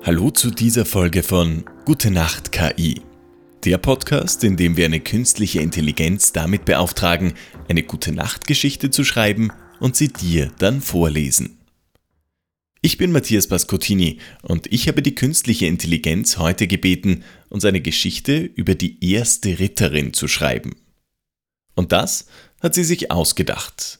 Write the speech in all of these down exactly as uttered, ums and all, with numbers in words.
Hallo zu dieser Folge von Gute Nacht K I, der Podcast, in dem wir eine künstliche Intelligenz damit beauftragen, eine Gute-Nacht-Geschichte zu schreiben und sie dir dann vorlesen. Ich bin Matthias Pascottini und ich habe die künstliche Intelligenz heute gebeten, uns eine Geschichte über die erste Ritterin zu schreiben. Und das hat sie sich ausgedacht.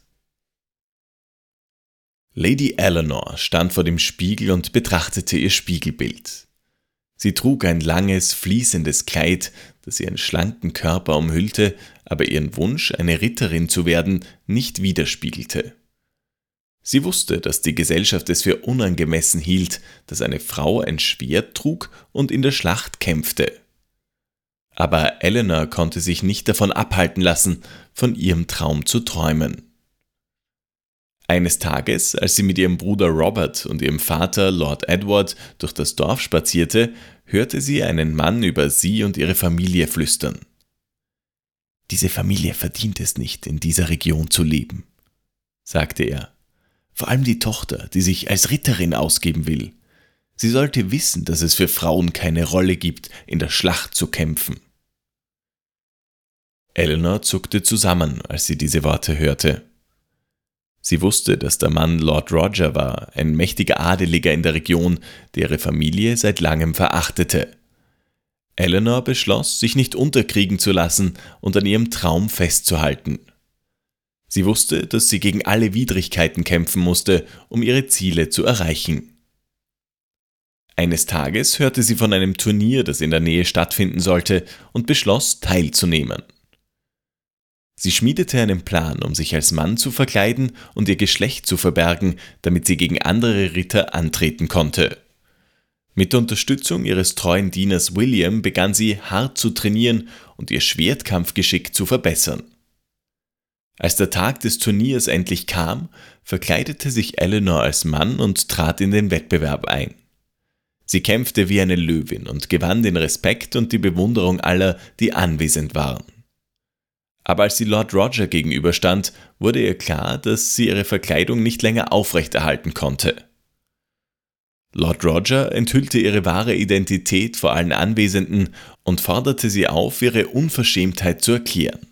Lady Eleanor stand vor dem Spiegel und betrachtete ihr Spiegelbild. Sie trug ein langes, fließendes Kleid, das ihren schlanken Körper umhüllte, aber ihren Wunsch, eine Ritterin zu werden, nicht widerspiegelte. Sie wusste, dass die Gesellschaft es für unangemessen hielt, dass eine Frau ein Schwert trug und in der Schlacht kämpfte. Aber Eleanor konnte sich nicht davon abhalten lassen, von ihrem Traum zu träumen. Eines Tages, als sie mit ihrem Bruder Robert und ihrem Vater Lord Edward durch das Dorf spazierte, hörte sie einen Mann über sie und ihre Familie flüstern. »Diese Familie verdient es nicht, in dieser Region zu leben«, sagte er. »Vor allem die Tochter, die sich als Ritterin ausgeben will. Sie sollte wissen, dass es für Frauen keine Rolle gibt, in der Schlacht zu kämpfen.« Eleanor zuckte zusammen, als sie diese Worte hörte. Sie wusste, dass der Mann Lord Roger war, ein mächtiger Adeliger in der Region, der ihre Familie seit langem verachtete. Eleanor beschloss, sich nicht unterkriegen zu lassen und an ihrem Traum festzuhalten. Sie wusste, dass sie gegen alle Widrigkeiten kämpfen musste, um ihre Ziele zu erreichen. Eines Tages hörte sie von einem Turnier, das in der Nähe stattfinden sollte, und beschloss, teilzunehmen. Sie schmiedete einen Plan, um sich als Mann zu verkleiden und ihr Geschlecht zu verbergen, damit sie gegen andere Ritter antreten konnte. Mit der Unterstützung ihres treuen Dieners William begann sie, hart zu trainieren und ihr Schwertkampfgeschick zu verbessern. Als der Tag des Turniers endlich kam, verkleidete sich Eleanor als Mann und trat in den Wettbewerb ein. Sie kämpfte wie eine Löwin und gewann den Respekt und die Bewunderung aller, die anwesend waren. Aber als sie Lord Roger gegenüberstand, wurde ihr klar, dass sie ihre Verkleidung nicht länger aufrechterhalten konnte. Lord Roger enthüllte ihre wahre Identität vor allen Anwesenden und forderte sie auf, ihre Unverschämtheit zu erklären.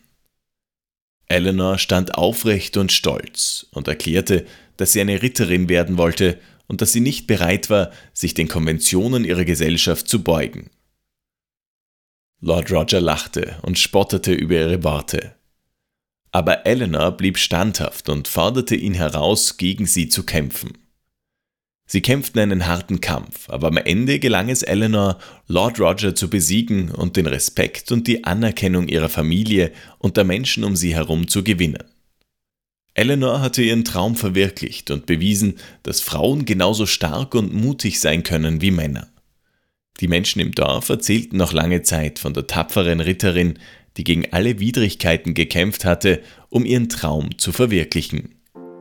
Eleanor stand aufrecht und stolz und erklärte, dass sie eine Ritterin werden wollte und dass sie nicht bereit war, sich den Konventionen ihrer Gesellschaft zu beugen. Lord Roger lachte und spottete über ihre Worte. Aber Eleanor blieb standhaft und forderte ihn heraus, gegen sie zu kämpfen. Sie kämpften einen harten Kampf, aber am Ende gelang es Eleanor, Lord Roger zu besiegen und den Respekt und die Anerkennung ihrer Familie und der Menschen um sie herum zu gewinnen. Eleanor hatte ihren Traum verwirklicht und bewiesen, dass Frauen genauso stark und mutig sein können wie Männer. Die Menschen im Dorf erzählten noch lange Zeit von der tapferen Ritterin, die gegen alle Widrigkeiten gekämpft hatte, um ihren Traum zu verwirklichen.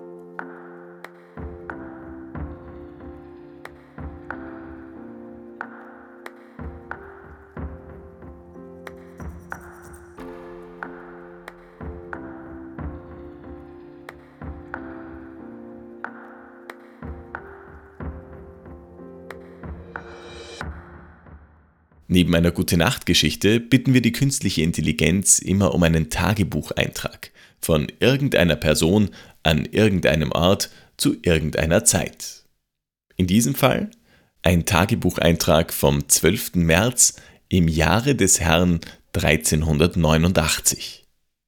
Neben einer Gute-Nacht-Geschichte bitten wir die künstliche Intelligenz immer um einen Tagebucheintrag von irgendeiner Person an irgendeinem Ort zu irgendeiner Zeit. In diesem Fall ein Tagebucheintrag vom zwölften März im Jahre des Herrn dreizehnhundertneunundachtzig.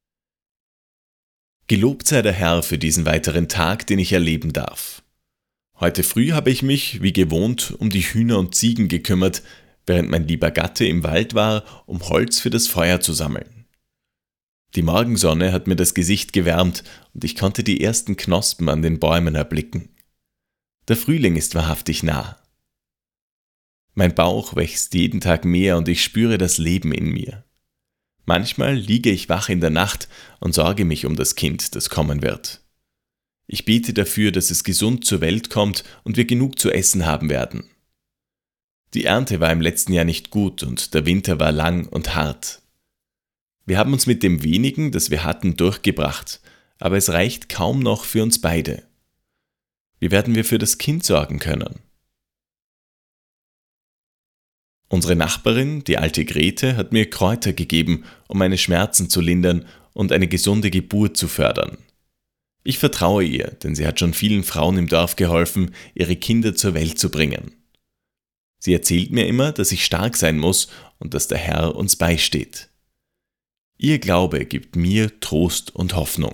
Gelobt sei der Herr für diesen weiteren Tag, den ich erleben darf. Heute früh habe ich mich, wie gewohnt, um die Hühner und Ziegen gekümmert, während mein lieber Gatte im Wald war, um Holz für das Feuer zu sammeln. Die Morgensonne hat mir das Gesicht gewärmt und ich konnte die ersten Knospen an den Bäumen erblicken. Der Frühling ist wahrhaftig nah. Mein Bauch wächst jeden Tag mehr und ich spüre das Leben in mir. Manchmal liege ich wach in der Nacht und sorge mich um das Kind, das kommen wird. Ich bete dafür, dass es gesund zur Welt kommt und wir genug zu essen haben werden. Die Ernte war im letzten Jahr nicht gut und der Winter war lang und hart. Wir haben uns mit dem wenigen, das wir hatten, durchgebracht, aber es reicht kaum noch für uns beide. Wie werden wir für das Kind sorgen können? Unsere Nachbarin, die alte Grete, hat mir Kräuter gegeben, um meine Schmerzen zu lindern und eine gesunde Geburt zu fördern. Ich vertraue ihr, denn sie hat schon vielen Frauen im Dorf geholfen, ihre Kinder zur Welt zu bringen. Sie erzählt mir immer, dass ich stark sein muss und dass der Herr uns beisteht. Ihr Glaube gibt mir Trost und Hoffnung.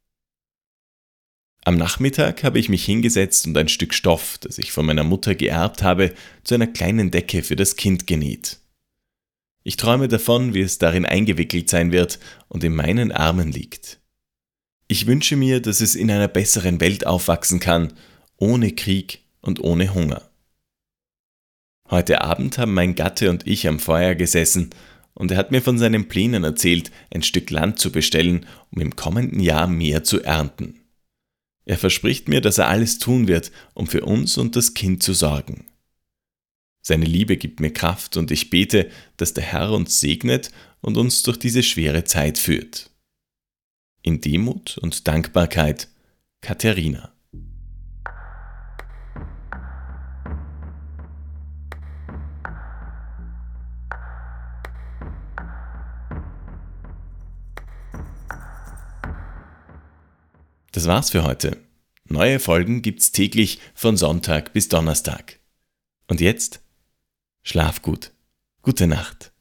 Am Nachmittag habe ich mich hingesetzt und ein Stück Stoff, das ich von meiner Mutter geerbt habe, zu einer kleinen Decke für das Kind genäht. Ich träume davon, wie es darin eingewickelt sein wird und in meinen Armen liegt. Ich wünsche mir, dass es in einer besseren Welt aufwachsen kann, ohne Krieg und ohne Hunger. Heute Abend haben mein Gatte und ich am Feuer gesessen und er hat mir von seinen Plänen erzählt, ein Stück Land zu bestellen, um im kommenden Jahr mehr zu ernten. Er verspricht mir, dass er alles tun wird, um für uns und das Kind zu sorgen. Seine Liebe gibt mir Kraft und ich bete, dass der Herr uns segnet und uns durch diese schwere Zeit führt. In Demut und Dankbarkeit, Katharina. Das war's für heute. Neue Folgen gibt's täglich von Sonntag bis Donnerstag. Und jetzt? Schlaf gut. Gute Nacht.